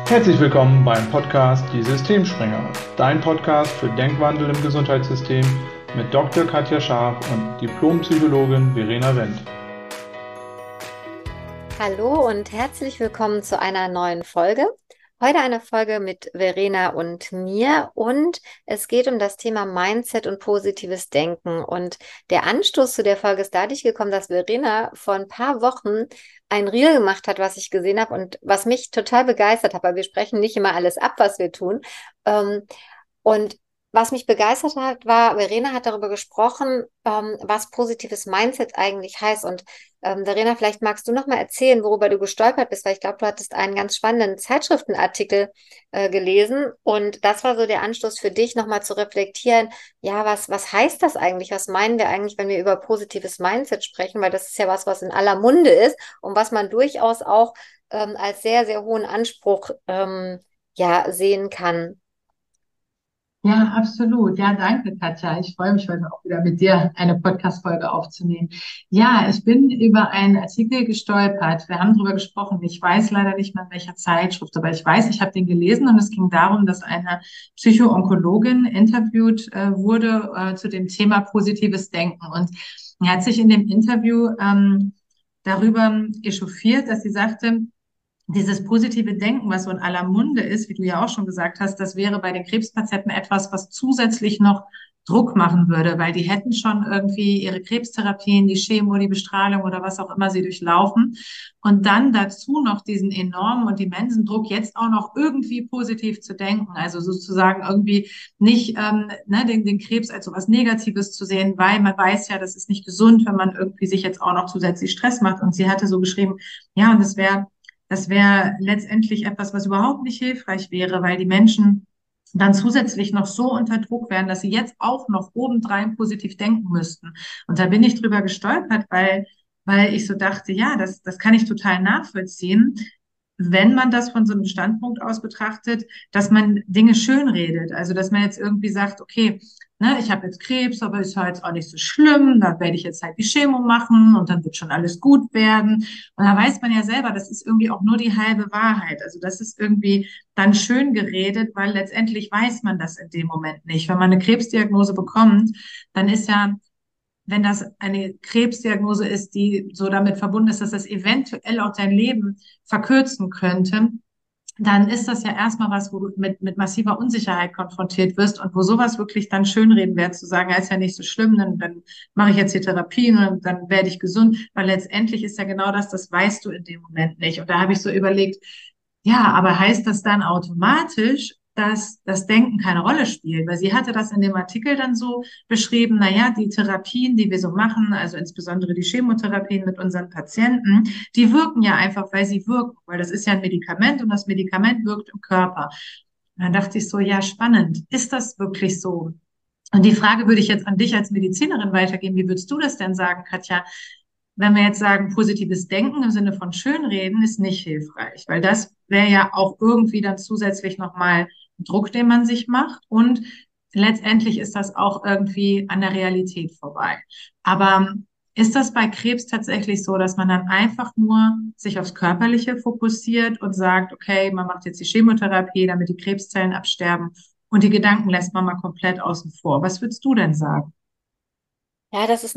Herzlich willkommen beim Podcast Die Systemspringer, dein Podcast für Denkwandel im Gesundheitssystem mit Dr. Katja Scharf und Diplompsychologin Verena Wendt. Hallo und herzlich willkommen zu einer neuen Folge. Heute eine Folge mit Verena und mir und es geht um das Thema Mindset und positives Denken. Und der Anstoß zu der Folge ist dadurch gekommen, dass Verena vor ein paar Wochen ein Reel gemacht hat, was ich gesehen habe und was mich total begeistert hat, weil wir sprechen nicht immer alles ab, was wir tun. Und was mich begeistert hat, war, Verena hat darüber gesprochen, was positives Mindset eigentlich heißt. Und Verena, vielleicht magst du noch mal erzählen, worüber du gestolpert bist, weil ich glaube, du hattest einen ganz spannenden Zeitschriftenartikel gelesen. Und das war so der Anstoß für dich, noch mal zu reflektieren, ja, was heißt das eigentlich? Was meinen wir eigentlich, wenn wir über positives Mindset sprechen? Weil das ist ja was in aller Munde ist und was man durchaus auch als sehr, sehr hohen Anspruch ja, sehen kann. Ja, absolut. Ja, danke, Katja. Ich freue mich heute auch wieder mit dir eine Podcast-Folge aufzunehmen. Ja, ich bin über einen Artikel gestolpert. Wir haben darüber gesprochen. Ich weiß leider nicht mehr in welcher Zeitschrift, aber ich weiß, ich habe den gelesen und es ging darum, dass eine Psycho-Onkologin interviewt wurde zu dem Thema positives Denken. Und er hat sich in dem Interview darüber echauffiert, dass sie sagte, dieses positive Denken, was so in aller Munde ist, wie du ja auch schon gesagt hast, das wäre bei den Krebspatienten etwas, was zusätzlich noch Druck machen würde, weil die hätten schon irgendwie ihre Krebstherapien, die Chemo, die Bestrahlung oder was auch immer sie durchlaufen. Und dann dazu noch diesen enormen und immensen Druck, jetzt auch noch irgendwie positiv zu denken. Also sozusagen irgendwie nicht den Krebs als so was Negatives zu sehen, weil man weiß ja, das ist nicht gesund, wenn man irgendwie sich jetzt auch noch zusätzlich Stress macht. Und sie hatte so geschrieben, ja, und das wäre letztendlich etwas, was überhaupt nicht hilfreich wäre, weil die Menschen dann zusätzlich noch so unter Druck wären, dass sie jetzt auch noch obendrein positiv denken müssten. Und da bin ich drüber gestolpert, weil ich so dachte, ja, das kann ich total nachvollziehen, wenn man das von so einem Standpunkt aus betrachtet, dass man Dinge schönredet. Also, dass man jetzt irgendwie sagt, okay, ne, ich habe jetzt Krebs, aber ist halt auch nicht so schlimm, da werde ich jetzt halt die Chemo machen und dann wird schon alles gut werden. Und da weiß man ja selber, das ist irgendwie auch nur die halbe Wahrheit. Also das ist irgendwie dann schön geredet, weil letztendlich weiß man das in dem Moment nicht. Wenn man eine Krebsdiagnose bekommt, dann ist ja, wenn das eine Krebsdiagnose ist, die so damit verbunden ist, dass das eventuell auch dein Leben verkürzen könnte, dann ist das ja erstmal was, wo du mit massiver Unsicherheit konfrontiert wirst und wo sowas wirklich dann schönreden wäre, zu sagen, ja, ist ja nicht so schlimm, dann mache ich jetzt die Therapien und dann werde ich gesund, weil letztendlich ist ja genau das weißt du in dem Moment nicht. Und da habe ich so überlegt, ja, aber heißt das dann automatisch, dass das Denken keine Rolle spielt? Weil sie hatte das in dem Artikel dann so beschrieben, naja, die Therapien, die wir so machen, also insbesondere die Chemotherapien mit unseren Patienten, die wirken ja einfach, weil sie wirken, weil das ist ja ein Medikament und das Medikament wirkt im Körper. Und dann dachte ich so, ja, spannend. Ist das wirklich so? Und die Frage würde ich jetzt an dich als Medizinerin weitergeben. Wie würdest du das denn sagen, Katja? Wenn wir jetzt sagen, positives Denken im Sinne von Schönreden ist nicht hilfreich, weil das wäre ja auch irgendwie dann zusätzlich nochmal ein Druck, den man sich macht und letztendlich ist das auch irgendwie an der Realität vorbei. Aber ist das bei Krebs tatsächlich so, dass man dann einfach nur sich aufs Körperliche fokussiert und sagt, okay, man macht jetzt die Chemotherapie, damit die Krebszellen absterben und die Gedanken lässt man mal komplett außen vor? Was würdest du denn sagen? Ja, das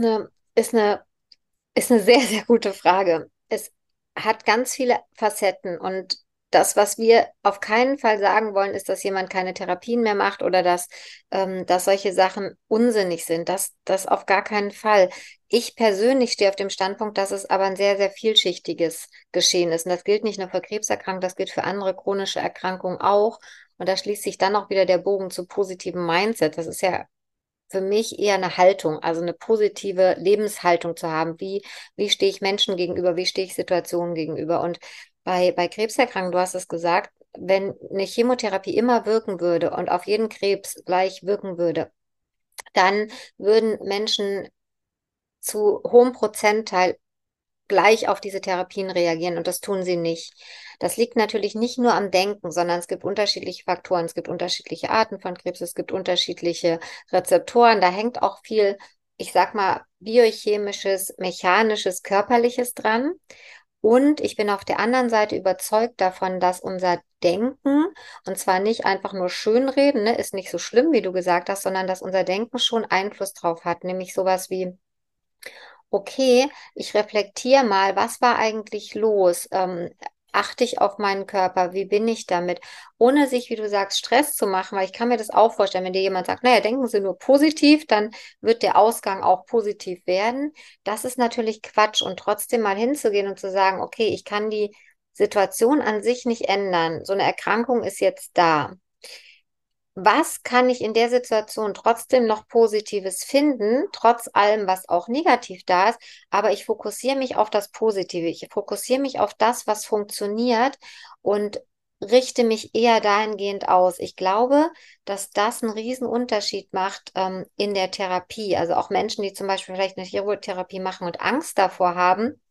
ist eine sehr, sehr gute Frage. Es hat ganz viele Facetten und das, was wir auf keinen Fall sagen wollen, ist, dass jemand keine Therapien mehr macht oder dass solche Sachen unsinnig sind. Das auf gar keinen Fall. Ich persönlich stehe auf dem Standpunkt, dass es aber ein sehr, sehr vielschichtiges Geschehen ist. Und das gilt nicht nur für Krebserkrankungen, das gilt für andere chronische Erkrankungen auch. Und da schließt sich dann auch wieder der Bogen zu positivem Mindset. Das ist ja für mich eher eine Haltung, also eine positive Lebenshaltung zu haben. Wie stehe ich Menschen gegenüber? Wie stehe ich Situationen gegenüber? Und bei Krebserkrankungen, du hast es gesagt, wenn eine Chemotherapie immer wirken würde und auf jeden Krebs gleich wirken würde, dann würden Menschen zu hohem Prozentteil gleich auf diese Therapien reagieren und das tun sie nicht. Das liegt natürlich nicht nur am Denken, sondern es gibt unterschiedliche Faktoren, es gibt unterschiedliche Arten von Krebs, es gibt unterschiedliche Rezeptoren, da hängt auch viel, ich sag mal, biochemisches, mechanisches, körperliches dran. Und ich bin auf der anderen Seite überzeugt davon, dass unser Denken, und zwar nicht einfach nur schönreden, ne, ist nicht so schlimm, wie du gesagt hast, sondern dass unser Denken schon Einfluss drauf hat, nämlich sowas wie, okay, ich reflektiere mal, was war eigentlich los? Achte ich auf meinen Körper? Wie bin ich damit? Ohne sich, wie du sagst, Stress zu machen, weil ich kann mir das auch vorstellen, wenn dir jemand sagt, naja, denken Sie nur positiv, dann wird der Ausgang auch positiv werden. Das ist natürlich Quatsch und trotzdem mal hinzugehen und zu sagen, okay, ich kann die Situation an sich nicht ändern. So eine Erkrankung ist jetzt da. Was kann ich in der Situation trotzdem noch Positives finden, trotz allem, was auch negativ da ist, aber ich fokussiere mich auf das Positive, ich fokussiere mich auf das, was funktioniert und richte mich eher dahingehend aus. Ich glaube, dass das einen riesen Unterschied macht in der Therapie. Also auch Menschen, die zum Beispiel vielleicht eine Chirotherapie machen und Angst davor haben,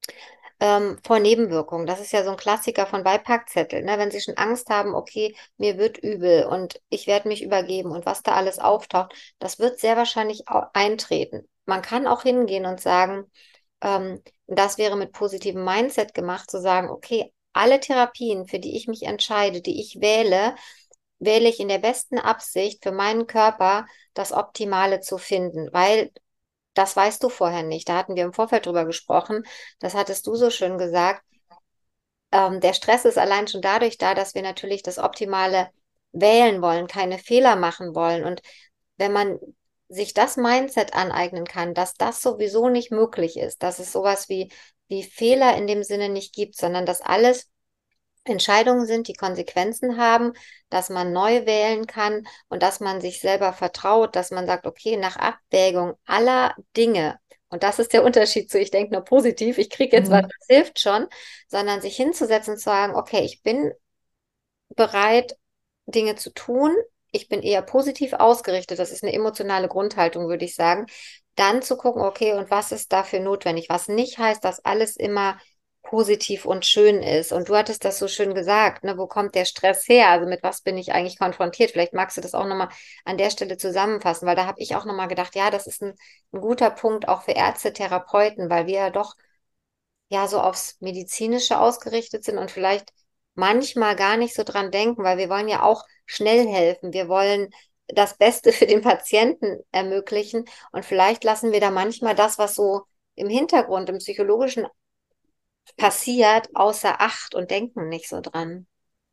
vor Nebenwirkungen. Das ist ja so ein Klassiker von Beipackzettel, ne? Wenn Sie schon Angst haben, okay, mir wird übel und ich werde mich übergeben und was da alles auftaucht, das wird sehr wahrscheinlich eintreten. Man kann auch hingehen und sagen, das wäre mit positivem Mindset gemacht, zu sagen, okay, alle Therapien, für die ich mich entscheide, die ich wähle, wähle ich in der besten Absicht für meinen Körper das Optimale zu finden, weil das weißt du vorher nicht. Da hatten wir im Vorfeld drüber gesprochen. Das hattest du so schön gesagt. Der Stress ist allein schon dadurch da, dass wir natürlich das Optimale wählen wollen, keine Fehler machen wollen. Und wenn man sich das Mindset aneignen kann, dass das sowieso nicht möglich ist, dass es sowas wie Fehler in dem Sinne nicht gibt, sondern dass alles Entscheidungen sind, die Konsequenzen haben, dass man neu wählen kann und dass man sich selber vertraut, dass man sagt, okay, nach Abwägung aller Dinge, und das ist der Unterschied zu, ich denke nur positiv, ich kriege jetzt was, Mhm. das hilft schon, sondern sich hinzusetzen und zu sagen, okay, ich bin bereit, Dinge zu tun, ich bin eher positiv ausgerichtet, das ist eine emotionale Grundhaltung, würde ich sagen, dann zu gucken, okay, und was ist dafür notwendig, was nicht heißt, dass alles immer positiv und schön ist. Und du hattest das so schön gesagt, ne? Wo kommt der Stress her? Also mit was bin ich eigentlich konfrontiert? Vielleicht magst du das auch nochmal an der Stelle zusammenfassen, weil da habe ich auch nochmal gedacht, ja, das ist ein guter Punkt auch für Ärzte, Therapeuten, weil wir ja doch ja so aufs Medizinische ausgerichtet sind und vielleicht manchmal gar nicht so dran denken, weil wir wollen ja auch schnell helfen. Wir wollen das Beste für den Patienten ermöglichen und vielleicht lassen wir da manchmal das, was so im Hintergrund, im Psychologischen passiert, außer Acht und denken nicht so dran.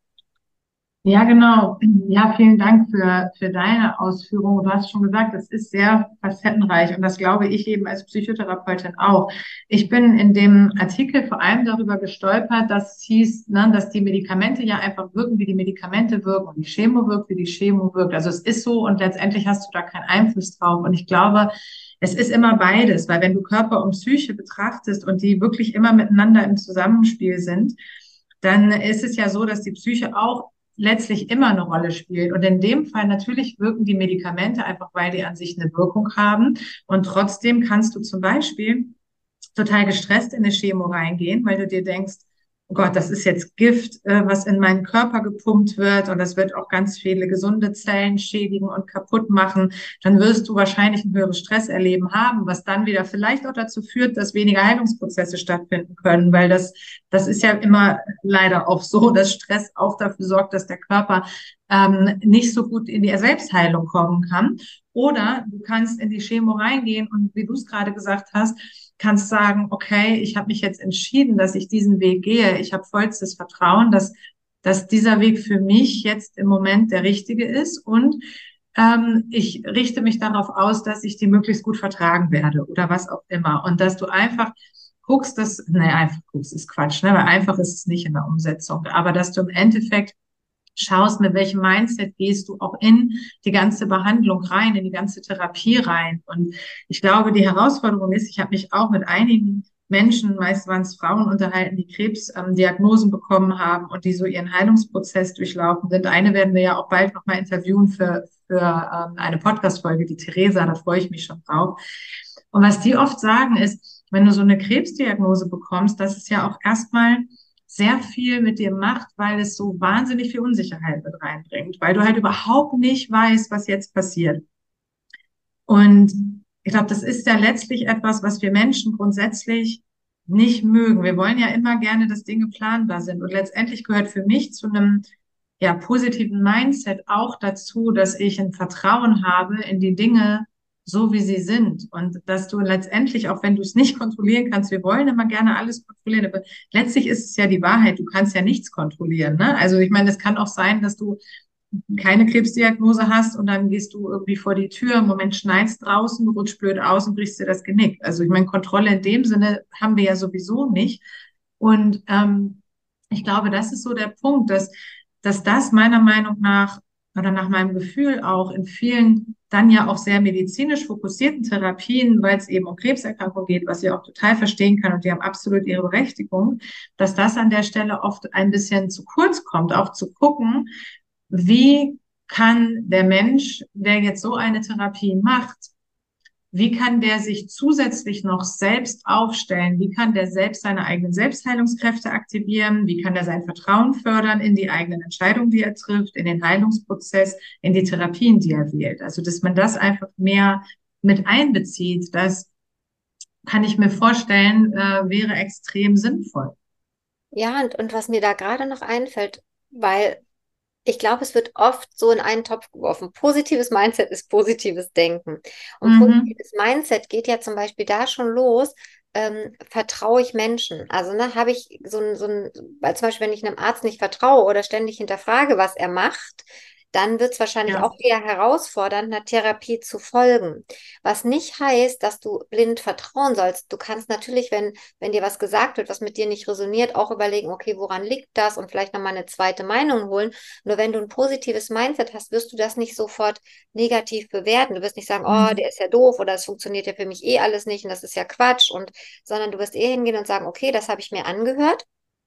Ja, genau. Ja, vielen Dank für deine Ausführungen. Du hast schon gesagt, es ist sehr facettenreich und das glaube ich eben als Psychotherapeutin auch. Ich bin in dem Artikel vor allem darüber gestolpert, dass es hieß, ne, dass die Medikamente ja einfach wirken, wie die Medikamente wirken und die Chemo wirkt, wie die Chemo wirkt. Also es ist so und letztendlich hast du da keinen Einfluss drauf. Und ich glaube, es ist immer beides, weil wenn du Körper und Psyche betrachtest und die wirklich immer miteinander im Zusammenspiel sind, dann ist es ja so, dass die Psyche auch letztlich immer eine Rolle spielt. Und in dem Fall natürlich wirken die Medikamente einfach, weil die an sich eine Wirkung haben. Und trotzdem kannst du zum Beispiel total gestresst in eine Chemo reingehen, weil du dir denkst, oh Gott, das ist jetzt Gift, was in meinen Körper gepumpt wird und das wird auch ganz viele gesunde Zellen schädigen und kaputt machen. Dann wirst du wahrscheinlich ein höheres Stresserleben haben, was dann wieder vielleicht auch dazu führt, dass weniger Heilungsprozesse stattfinden können, weil das ist ja immer leider auch so, dass Stress auch dafür sorgt, dass der Körper nicht so gut in die Selbstheilung kommen kann. Oder du kannst in die Chemo reingehen und wie du es gerade gesagt hast, kannst sagen, okay, ich habe mich jetzt entschieden, dass ich diesen Weg gehe. Ich habe vollstes Vertrauen, dass dieser Weg für mich jetzt im Moment der richtige ist und ich richte mich darauf aus, dass ich die möglichst gut vertragen werde oder was auch immer. Und dass du einfach guckst, einfach guckst, ist Quatsch, ne? Weil einfach ist es nicht in der Umsetzung. Aber dass du im Endeffekt schaust, mit welchem Mindset gehst du auch in die ganze Behandlung rein, in die ganze Therapie rein. Und ich glaube, die Herausforderung ist, ich habe mich auch mit einigen Menschen, meist waren es Frauen, unterhalten, die Krebsdiagnosen bekommen haben und die so ihren Heilungsprozess durchlaufen sind. Eine werden wir ja auch bald nochmal interviewen für eine Podcast-Folge, die Theresa, da freue ich mich schon drauf. Und was die oft sagen ist, wenn du so eine Krebsdiagnose bekommst, dass es ja auch erstmal sehr viel mit dir macht, weil es so wahnsinnig viel Unsicherheit mit reinbringt, weil du halt überhaupt nicht weißt, was jetzt passiert. Und ich glaube, das ist ja letztlich etwas, was wir Menschen grundsätzlich nicht mögen. Wir wollen ja immer gerne, dass Dinge planbar sind. Und letztendlich gehört für mich zu einem ja, positiven Mindset auch dazu, dass ich ein Vertrauen habe in die Dinge, so wie sie sind. Und dass du letztendlich, auch wenn du es nicht kontrollieren kannst, wir wollen immer gerne alles kontrollieren, aber letztlich ist es ja die Wahrheit, du kannst ja nichts kontrollieren, ne? Also ich meine, es kann auch sein, dass du keine Krebsdiagnose hast und dann gehst du irgendwie vor die Tür, im Moment schneit's draußen, rutscht blöd aus und brichst dir das Genick. Also ich meine, Kontrolle in dem Sinne haben wir ja sowieso nicht. Und ich glaube, das ist so der Punkt, dass das meiner Meinung nach oder nach meinem Gefühl auch in vielen dann ja auch sehr medizinisch fokussierten Therapien, weil es eben um Krebserkrankungen geht, was ich auch total verstehen kann und die haben absolut ihre Berechtigung, dass das an der Stelle oft ein bisschen zu kurz kommt, auch zu gucken, wie kann der Mensch, der jetzt so eine Therapie macht, wie kann der sich zusätzlich noch selbst aufstellen? Wie kann der selbst seine eigenen Selbstheilungskräfte aktivieren? Wie kann er sein Vertrauen fördern in die eigenen Entscheidungen, die er trifft, in den Heilungsprozess, in die Therapien, die er wählt? Also, dass man das einfach mehr mit einbezieht, das kann ich mir vorstellen, wäre extrem sinnvoll. Ja, und was mir da gerade noch einfällt, weil ich glaube, es wird oft so in einen Topf geworfen. Positives Mindset ist positives Denken. Und Mhm. positives Mindset geht ja zum Beispiel da schon los. Vertraue ich Menschen? Also, ne, habe ich weil zum Beispiel, wenn ich einem Arzt nicht vertraue oder ständig hinterfrage, was er macht, dann wird es wahrscheinlich Ja. auch eher herausfordernd, einer Therapie zu folgen. Was nicht heißt, dass du blind vertrauen sollst. Du kannst natürlich, wenn dir was gesagt wird, was mit dir nicht resoniert, auch überlegen, okay, woran liegt das? Und vielleicht nochmal eine zweite Meinung holen. Nur wenn du ein positives Mindset hast, wirst du das nicht sofort negativ bewerten. Du wirst nicht sagen, oh, Mhm. der ist ja doof oder es funktioniert ja für mich eh alles nicht und das ist ja Quatsch. Sondern du wirst eher hingehen und sagen, okay, das habe ich mir angehört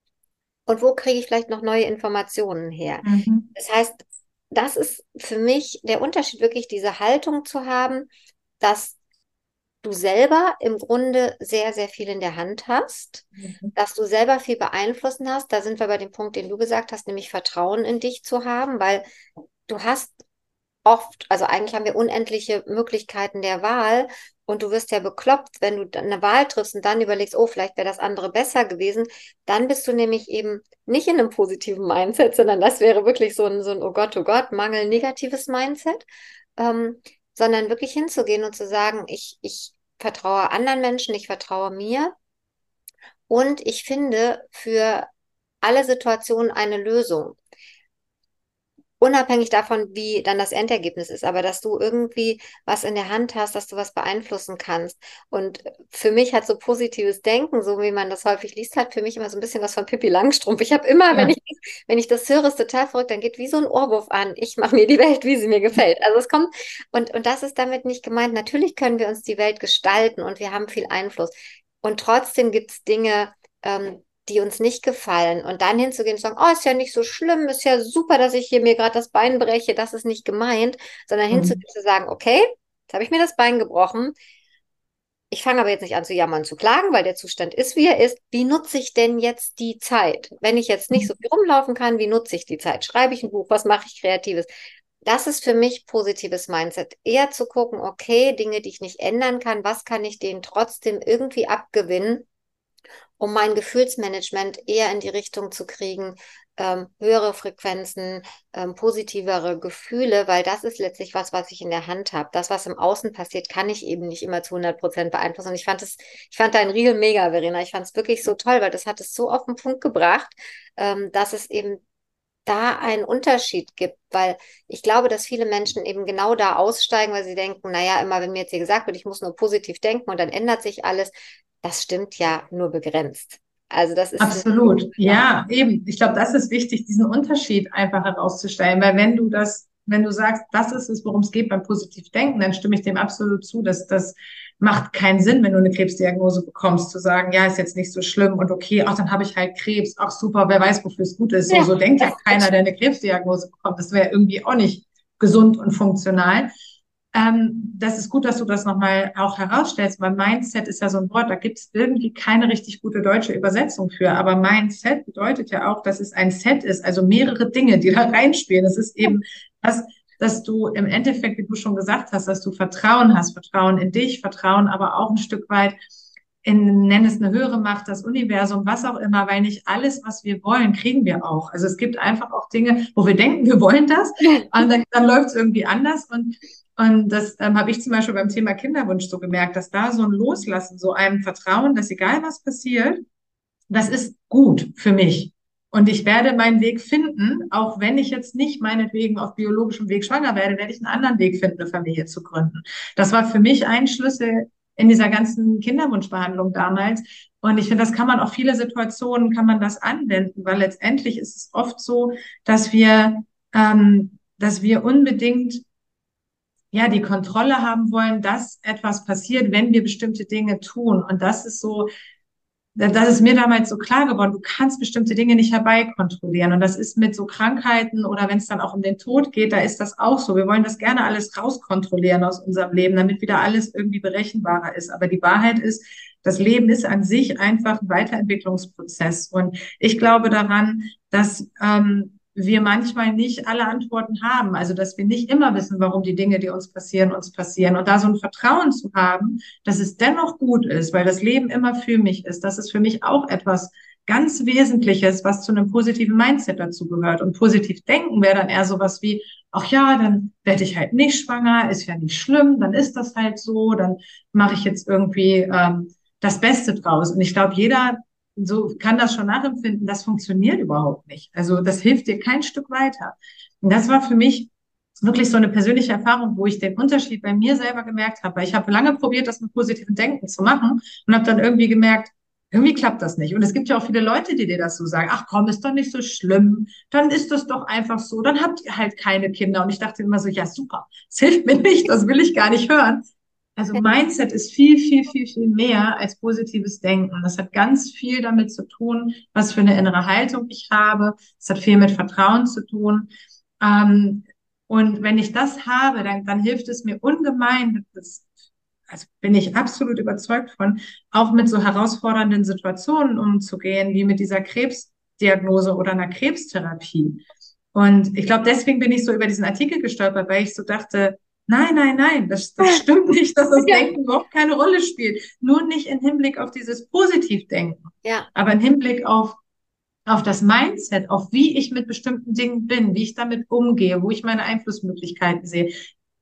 und wo kriege ich vielleicht noch neue Informationen her? Mhm. Das heißt, das ist für mich der Unterschied, wirklich diese Haltung zu haben, dass du selber im Grunde sehr, sehr viel in der Hand hast, Mhm. dass du selber viel beeinflussen hast. Da sind wir bei dem Punkt, den du gesagt hast, nämlich Vertrauen in dich zu haben, weil du hast oft, also eigentlich haben wir unendliche Möglichkeiten der Wahl und du wirst ja bekloppt, wenn du dann eine Wahl triffst und dann überlegst, oh, vielleicht wäre das andere besser gewesen, dann bist du nämlich eben nicht in einem positiven Mindset, sondern das wäre wirklich so ein oh Gott, Mangel, negatives Mindset, ähm, sondern wirklich hinzugehen und zu sagen, ich vertraue anderen Menschen, ich vertraue mir und ich finde für alle Situationen eine Lösung. Unabhängig davon, wie dann das Endergebnis ist, aber dass du irgendwie was in der Hand hast, dass du was beeinflussen kannst. Und für mich hat so positives Denken, so wie man das häufig liest, hat für mich immer so ein bisschen was von Pippi Langstrumpf. Ich habe immer, Ja, wenn ich das höre, ist total verrückt, dann geht wie so ein Ohrwurf an. Ich mache mir die Welt, wie sie mir gefällt. Also es kommt, und das ist damit nicht gemeint. Natürlich können wir uns die Welt gestalten und wir haben viel Einfluss. Und trotzdem gibt es Dinge, die uns nicht gefallen. Und dann hinzugehen und sagen, oh, ist ja nicht so schlimm, ist ja super, dass ich hier mir gerade das Bein breche, das ist nicht gemeint, sondern hinzugehen mhm. und zu sagen, okay, jetzt habe ich mir das Bein gebrochen. Ich fange aber jetzt nicht an zu jammern, zu klagen, weil der Zustand ist, wie er ist. Wie nutze ich denn jetzt die Zeit? Wenn ich jetzt nicht so viel rumlaufen kann, wie nutze ich die Zeit? Schreibe ich ein Buch? Was mache ich Kreatives? Das ist für mich positives Mindset. Eher zu gucken, okay, Dinge, die ich nicht ändern kann, was kann ich denen trotzdem irgendwie abgewinnen, um mein Gefühlsmanagement eher in die Richtung zu kriegen, höhere Frequenzen, positivere Gefühle, weil das ist letztlich was, was ich in der Hand habe. Das, was im Außen passiert, kann ich eben nicht immer zu 100% beeinflussen. Und ich fand dein Reel mega, Verena. Ich fand es wirklich so toll, weil das hat es so auf den Punkt gebracht, dass es eben da einen Unterschied gibt, weil ich glaube, dass viele Menschen eben genau da aussteigen, weil sie denken, naja, immer wenn mir jetzt hier gesagt wird, ich muss nur positiv denken und dann ändert sich alles, das stimmt ja nur begrenzt. Also das ist so, Absolut. ja, Ja, eben. Ich glaube, das ist wichtig, diesen Unterschied einfach herauszustellen, weil wenn du sagst, das ist es, worum es geht beim Positivdenken, dann stimme ich dem absolut zu, dass das macht keinen Sinn, wenn du eine Krebsdiagnose bekommst, zu sagen, ja, ist jetzt nicht so schlimm und okay, ach, dann habe ich halt Krebs, ach super, wer weiß, wofür es gut ist. So ja, denkt ja das ist keiner, Quatsch. der eine Krebsdiagnose bekommt. Das wäre irgendwie auch nicht gesund und funktional. Das ist gut, dass du das nochmal auch herausstellst, weil Mindset ist ja so ein Wort, da gibt es irgendwie keine richtig gute deutsche Übersetzung für. Aber Mindset bedeutet ja auch, dass es ein Set ist, also mehrere Dinge, die da reinspielen. Es ist eben das, dass du im Endeffekt, wie du schon gesagt hast, dass du Vertrauen hast, Vertrauen in dich, Vertrauen aber auch ein Stück weit nenn es eine höhere Macht, das Universum, was auch immer, weil nicht alles, was wir wollen, kriegen wir auch. Also es gibt einfach auch Dinge, wo wir denken, wir wollen das, und dann läuft es irgendwie anders. Und das habe ich zum Beispiel beim Thema Kinderwunsch so gemerkt, dass da so ein Loslassen, so einem Vertrauen, dass egal was passiert, das ist gut für mich. Und ich werde meinen Weg finden, auch wenn ich jetzt nicht meinetwegen auf biologischem Weg schwanger werde ich einen anderen Weg finden, eine Familie zu gründen. Das war für mich ein Schlüssel in dieser ganzen Kinderwunschbehandlung damals. Und ich finde, das kann man auf viele Situationen, kann man das anwenden, weil letztendlich ist es oft so, dass wir unbedingt ja die Kontrolle haben wollen, dass etwas passiert, wenn wir bestimmte Dinge tun. Und das ist so, das ist mir damals so klar geworden, du kannst bestimmte Dinge nicht herbeikontrollieren. Und das ist mit so Krankheiten oder wenn es dann auch um den Tod geht, da ist das auch so. Wir wollen das gerne alles rauskontrollieren aus unserem Leben, damit wieder alles irgendwie berechenbarer ist. Aber die Wahrheit ist, das Leben ist an sich einfach ein Weiterentwicklungsprozess. Und ich glaube daran, dass wir manchmal nicht alle Antworten haben. Also, dass wir nicht immer wissen, warum die Dinge, die uns passieren. Und da so ein Vertrauen zu haben, dass es dennoch gut ist, weil das Leben immer für mich ist. Das ist für mich auch etwas ganz Wesentliches, was zu einem positiven Mindset dazu gehört. Und positiv denken wäre dann eher sowas wie, ach ja, dann werde ich halt nicht schwanger, ist ja nicht schlimm, dann ist das halt so, dann mache ich jetzt irgendwie das Beste draus. Und ich glaube, jeder so kann das schon nachempfinden, das funktioniert überhaupt nicht. Also das hilft dir kein Stück weiter. Und das war für mich wirklich so eine persönliche Erfahrung, wo ich den Unterschied bei mir selber gemerkt habe. Weil ich habe lange probiert, das mit positivem Denken zu machen und habe dann irgendwie gemerkt, irgendwie klappt das nicht. Und es gibt ja auch viele Leute, die dir das so sagen, ach komm, ist doch nicht so schlimm, dann ist das doch einfach so, dann habt ihr halt keine Kinder. Und ich dachte immer so, ja super, das hilft mir nicht, das will ich gar nicht hören. Also Mindset ist viel, viel, viel, viel mehr als positives Denken. Das hat ganz viel damit zu tun, was für eine innere Haltung ich habe. Es hat viel mit Vertrauen zu tun. Ähm, und wenn ich das habe, dann hilft es mir ungemein, also bin ich absolut überzeugt von, auch mit so herausfordernden Situationen umzugehen, wie mit dieser Krebsdiagnose oder einer Krebstherapie. Und ich glaube, deswegen bin ich so über diesen Artikel gestolpert, weil ich so dachte, nein, nein, nein, das stimmt nicht, dass das Denken überhaupt keine Rolle spielt. Nur nicht im Hinblick auf dieses Positivdenken, Ja. aber im Hinblick auf das Mindset, auf wie ich mit bestimmten Dingen bin, wie ich damit umgehe, wo ich meine Einflussmöglichkeiten sehe.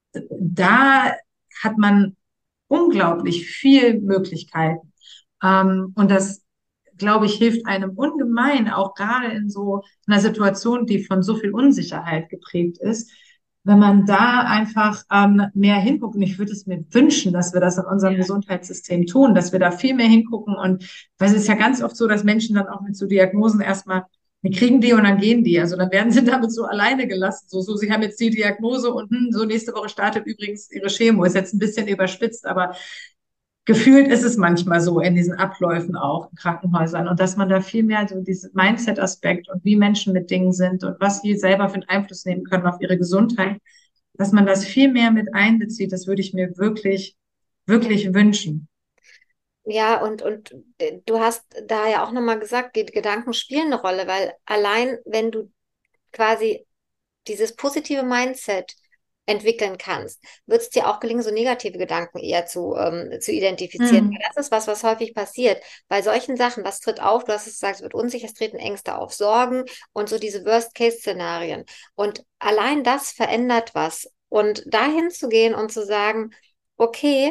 Da hat man unglaublich viel Möglichkeiten. Und das, glaube ich, hilft einem ungemein, auch gerade in so einer Situation, die von so viel Unsicherheit geprägt ist, wenn man da einfach mehr hinguckt. Und ich würde es mir wünschen, dass wir das in unserem Gesundheitssystem tun, dass wir da viel mehr hingucken. Und weil es ist ja ganz oft so, dass Menschen dann auch mit so Diagnosen erstmal, die kriegen die und dann gehen die. Also dann werden sie damit so alleine gelassen. So, sie haben jetzt die Diagnose und so nächste Woche startet übrigens ihre Chemo. Ist jetzt ein bisschen überspitzt, aber gefühlt ist es manchmal so in diesen Abläufen auch in Krankenhäusern und dass man da viel mehr so diesen Mindset-Aspekt und wie Menschen mit Dingen sind und was sie selber für einen Einfluss nehmen können auf ihre Gesundheit, dass man das viel mehr mit einbezieht, das würde ich mir wirklich, wirklich wünschen. Ja, und du hast da ja auch nochmal gesagt, die Gedanken spielen eine Rolle, weil allein wenn du quasi dieses positive Mindset entwickeln kannst, wird es dir auch gelingen, so negative Gedanken eher zu identifizieren. Hm. Das ist was häufig passiert. Bei solchen Sachen, was tritt auf? Du hast es gesagt, es wird unsicher, es treten Ängste auf, Sorgen und so diese Worst-Case-Szenarien. Und allein das verändert was. Und dahin zu gehen und zu sagen, okay,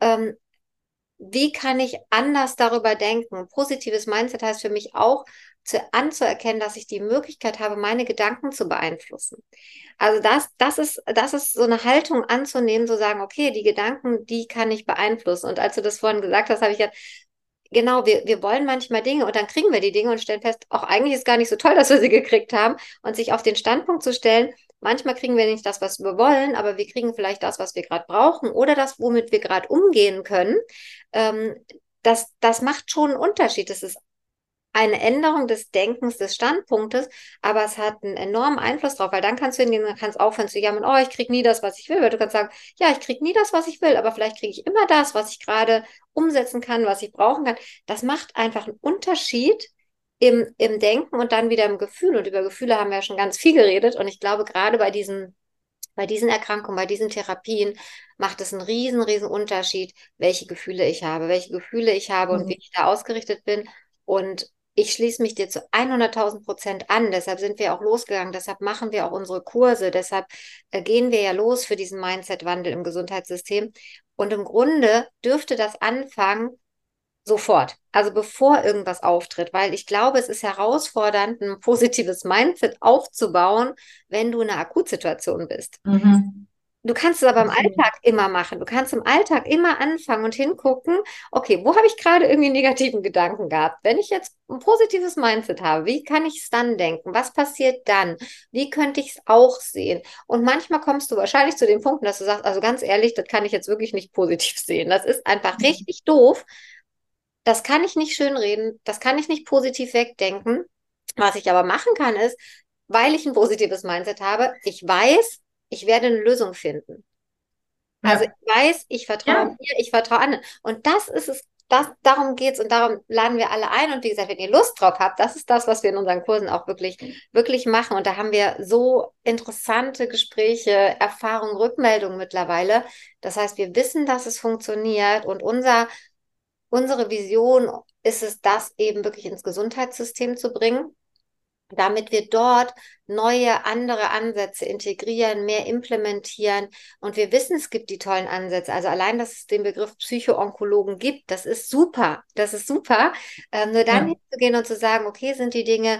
wie kann ich anders darüber denken? Positives Mindset heißt für mich auch, anzuerkennen, dass ich die Möglichkeit habe, meine Gedanken zu beeinflussen. Also das ist so eine Haltung anzunehmen, zu sagen, okay, die Gedanken, die kann ich beeinflussen. Und als du das vorhin gesagt hast, habe ich ja, genau, wir wollen manchmal Dinge und dann kriegen wir die Dinge und stellen fest, auch eigentlich ist gar nicht so toll, dass wir sie gekriegt haben. Und sich auf den Standpunkt zu stellen, manchmal kriegen wir nicht das, was wir wollen, aber wir kriegen vielleicht das, was wir gerade brauchen oder das, womit wir gerade umgehen können. Das macht schon einen Unterschied. Das ist eine Änderung des Denkens, des Standpunktes, aber es hat einen enormen Einfluss drauf, weil dann kannst du hingehen und kannst aufhören zu jammern, oh, ich kriege nie das, was ich will, weil du kannst sagen, ja, ich kriege nie das, was ich will, aber vielleicht kriege ich immer das, was ich gerade umsetzen kann, was ich brauchen kann. Das macht einfach einen Unterschied im Denken und dann wieder im Gefühl. Und über Gefühle haben wir ja schon ganz viel geredet und ich glaube, gerade bei diesen Bei diesen Erkrankungen, bei diesen Therapien macht es einen riesen Unterschied, welche Gefühle ich habe, und wie Mhm. ich da ausgerichtet bin. Und ich schließe mich dir zu 100.000% an. Deshalb sind wir auch losgegangen. Deshalb machen wir auch unsere Kurse. Deshalb gehen wir ja los für diesen Mindset-Wandel im Gesundheitssystem. Und im Grunde dürfte das anfangen sofort. Also bevor irgendwas auftritt, weil ich glaube, es ist herausfordernd, ein positives Mindset aufzubauen, wenn du in einer Akutsituation bist. Mhm. Du kannst es aber im Absolut. Alltag immer machen. Du kannst im Alltag immer anfangen und hingucken, okay, wo habe ich gerade irgendwie negativen Gedanken gehabt? Wenn ich jetzt ein positives Mindset habe, wie kann ich es dann denken? Was passiert dann? Wie könnte ich es auch sehen? Und manchmal kommst du wahrscheinlich zu den Punkten, dass du sagst, also ganz ehrlich, das kann ich jetzt wirklich nicht positiv sehen. Das ist einfach richtig doof. Das kann ich nicht schönreden, das kann ich nicht positiv wegdenken. Was ich aber machen kann, ist, weil ich ein positives Mindset habe, ich weiß, ich werde eine Lösung finden. Also Ja, ich weiß, ich vertraue ja, mir, ich vertraue anderen. Und das ist es, darum geht es und darum laden wir alle ein. Und wie gesagt, wenn ihr Lust drauf habt, das ist das, was wir in unseren Kursen auch wirklich machen. Und da haben wir so interessante Gespräche, Erfahrungen, Rückmeldungen mittlerweile. Das heißt, wir wissen, dass es funktioniert und unsere Vision ist es, das eben wirklich ins Gesundheitssystem zu bringen, damit wir dort neue, andere Ansätze integrieren, mehr implementieren. Und wir wissen, es gibt die tollen Ansätze. Also allein, dass es den Begriff Psychoonkologen gibt, das ist super. Das ist super. Nur dann ja, hinzugehen und zu sagen, okay, sind die Dinge,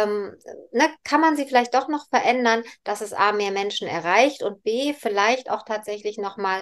ne, kann man sie vielleicht doch noch verändern, dass es A, mehr Menschen erreicht und B, vielleicht auch tatsächlich nochmal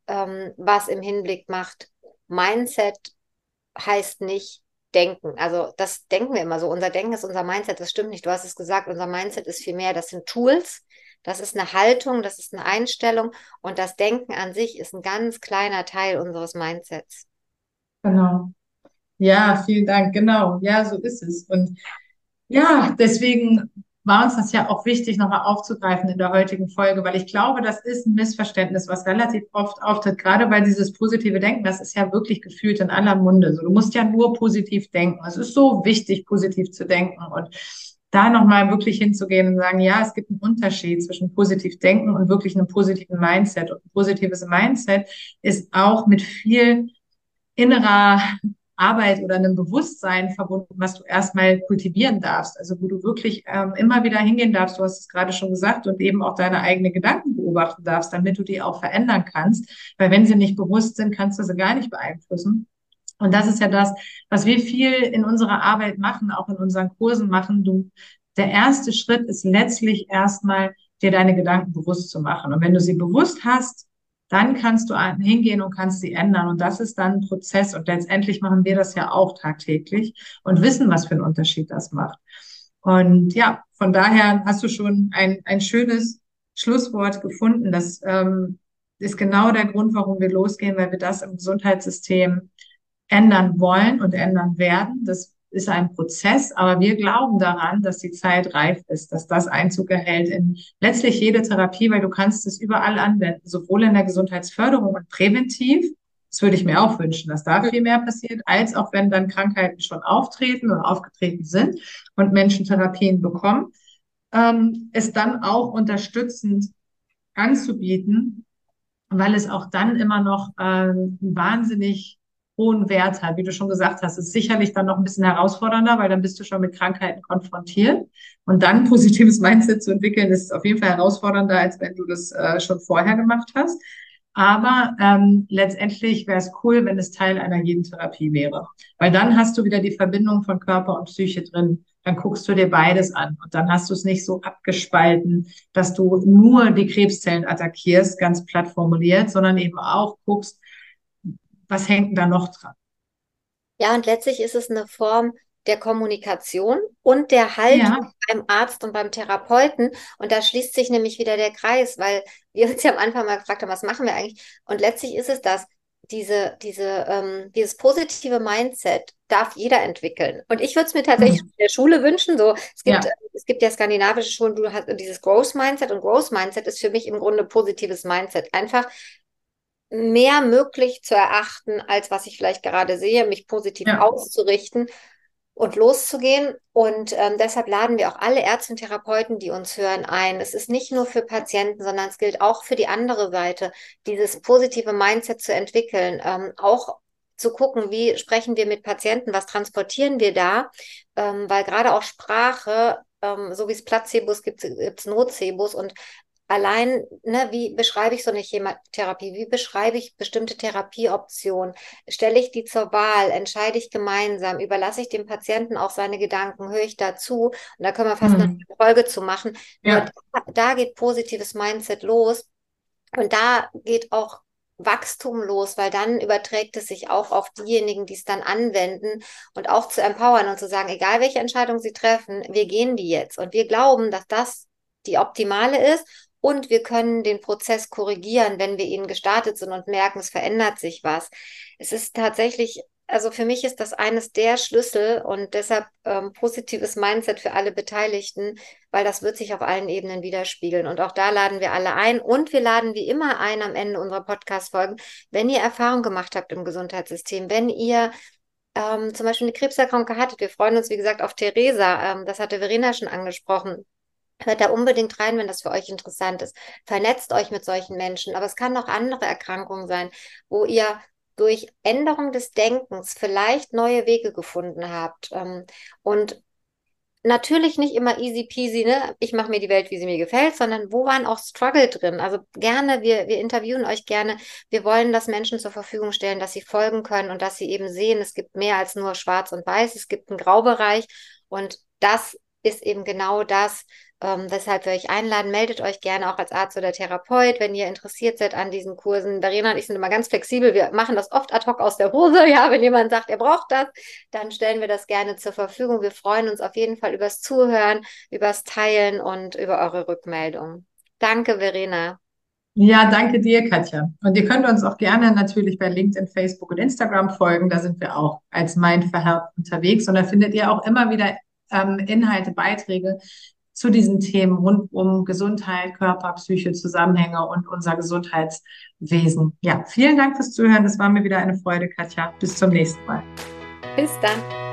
was im Hinblick macht. Mindset heißt nicht denken. Also das denken wir immer so. Unser Denken ist unser Mindset. Das stimmt nicht. Du hast es gesagt. Unser Mindset ist viel mehr. Das sind Tools. Das ist eine Haltung. Das ist eine Einstellung. Und das Denken an sich ist ein ganz kleiner Teil unseres Mindsets. genau. Ja, vielen Dank. Genau. Ja, so ist es. Und ja, deswegen war uns das ja auch wichtig, nochmal aufzugreifen in der heutigen Folge, weil ich glaube, das ist ein Missverständnis, was relativ oft auftritt, gerade weil dieses positive Denken, das ist ja wirklich gefühlt in aller Munde. So, du musst ja nur positiv denken. Es ist so wichtig, positiv zu denken und da nochmal wirklich hinzugehen und sagen, ja, es gibt einen Unterschied zwischen positiv denken und wirklich einem positiven Mindset. Und ein positives Mindset ist auch mit viel innerer Arbeit oder einem Bewusstsein verbunden, was du erstmal kultivieren darfst. Also wo du wirklich immer wieder hingehen darfst, du hast es gerade schon gesagt, und eben auch deine eigenen Gedanken beobachten darfst, damit du die auch verändern kannst. Weil wenn sie nicht bewusst sind, kannst du sie gar nicht beeinflussen. Und das ist ja das, was wir viel in unserer Arbeit machen, auch in unseren Kursen machen. Der erste Schritt ist letztlich erstmal, dir deine Gedanken bewusst zu machen. Und wenn du sie bewusst hast, dann kannst du hingehen und kannst sie ändern. Und das ist dann ein Prozess. Und letztendlich machen wir das ja auch tagtäglich und wissen, was für einen Unterschied das macht. Und ja, von daher hast du schon ein schönes Schlusswort gefunden. Das ist genau der Grund, warum wir losgehen, weil wir das im Gesundheitssystem ändern wollen und ändern werden. Das ist ein Prozess, aber wir glauben daran, dass die Zeit reif ist, dass das Einzug erhält in letztlich jede Therapie, weil du kannst es überall anwenden, sowohl in der Gesundheitsförderung und präventiv. Das würde ich mir auch wünschen, dass da viel mehr passiert, als auch wenn dann Krankheiten schon auftreten oder aufgetreten sind und Menschen Therapien bekommen, es dann auch unterstützend anzubieten, weil es auch dann immer noch einen wahnsinnig hohen Wert hat. Wie du schon gesagt hast, ist sicherlich dann noch ein bisschen herausfordernder, weil dann bist du schon mit Krankheiten konfrontiert. Und dann ein positives Mindset zu entwickeln, ist auf jeden Fall herausfordernder, als wenn du das schon vorher gemacht hast. Aber letztendlich wäre es cool, wenn es Teil einer jeden Therapie wäre. Weil dann hast du wieder die Verbindung von Körper und Psyche drin. Dann guckst du dir beides an und dann hast du es nicht so abgespalten, dass du nur die Krebszellen attackierst, ganz platt formuliert, sondern eben auch guckst, was hängt denn da noch dran? Ja, und letztlich ist es eine Form der Kommunikation und der Haltung Ja, beim Arzt und beim Therapeuten. Und da schließt sich nämlich wieder der Kreis, weil wir uns ja am Anfang mal gefragt haben, was machen wir eigentlich? Und letztlich ist es das. Dieses positive Mindset darf jeder entwickeln. Und ich würde es mir tatsächlich mhm. in der Schule wünschen. So, Ja, es gibt ja skandinavische Schulen, du hast dieses Growth Mindset und Growth Mindset ist für mich im Grunde positives Mindset. Einfach mehr möglich zu erachten, als was ich vielleicht gerade sehe, mich positiv ja, auszurichten und loszugehen. Und deshalb laden wir auch alle Ärzte und Therapeuten, die uns hören, ein. Es ist nicht nur für Patienten, sondern es gilt auch für die andere Seite, dieses positive Mindset zu entwickeln, auch zu gucken, wie sprechen wir mit Patienten, was transportieren wir da, weil gerade auch Sprache, so wie es Placebos gibt, gibt es Nocebos und allein, ne, wie beschreibe ich so eine Chemotherapie? Wie beschreibe ich bestimmte Therapieoptionen? Stelle ich die zur Wahl? Entscheide ich gemeinsam? Überlasse ich dem Patienten auch seine Gedanken? Höre ich dazu? Und da können wir fast eine Hm. Folge zu machen. Nur Ja. da geht positives Mindset los und da geht auch Wachstum los, weil dann überträgt es sich auch auf diejenigen, die es dann anwenden und auch zu empowern und zu sagen, egal welche Entscheidung sie treffen, wir gehen die jetzt und wir glauben, dass das die optimale ist und wir können den Prozess korrigieren, wenn wir ihn gestartet sind und merken, es verändert sich was. Es ist tatsächlich, also für mich ist das eines der Schlüssel und deshalb positives Mindset für alle Beteiligten, weil das wird sich auf allen Ebenen widerspiegeln. Und auch da laden wir alle ein. Und wir laden wie immer ein am Ende unserer Podcast-Folgen, wenn ihr Erfahrung gemacht habt im Gesundheitssystem, wenn ihr zum Beispiel eine Krebserkrankung hattet. Wir freuen uns, wie gesagt, auf Theresa. Das hatte Verena schon angesprochen. Hört da unbedingt rein, wenn das für euch interessant ist. Vernetzt euch mit solchen Menschen. Aber es kann auch andere Erkrankungen sein, wo ihr durch Änderung des Denkens vielleicht neue Wege gefunden habt. Und natürlich nicht immer easy peasy, ne? Ich mache mir die Welt, wie sie mir gefällt, sondern wo waren auch Struggle drin? Also gerne, wir interviewen euch gerne. Wir wollen das Menschen zur Verfügung stellen, dass sie folgen können und dass sie eben sehen, es gibt mehr als nur schwarz und weiß, es gibt einen Graubereich und das ist eben genau das, weshalb wir euch einladen. Meldet euch gerne auch als Arzt oder Therapeut, wenn ihr interessiert seid an diesen Kursen. Verena und ich sind immer ganz flexibel. Wir machen das oft ad hoc aus der Hose. Ja, wenn jemand sagt, er braucht das, dann stellen wir das gerne zur Verfügung. Wir freuen uns auf jeden Fall übers Zuhören, übers Teilen und über eure Rückmeldungen. Danke, Verena. Ja, danke dir, Katja. Und ihr könnt uns auch gerne natürlich bei LinkedIn, Facebook und Instagram folgen. Da sind wir auch als Mind for Health unterwegs. Und da findet ihr auch immer wieder Inhalte, Beiträge zu diesen Themen rund um Gesundheit, Körper, Psyche, Zusammenhänge und unser Gesundheitswesen. Ja, vielen Dank fürs Zuhören. Das war mir wieder eine Freude, Katja. Bis zum nächsten Mal. Bis dann.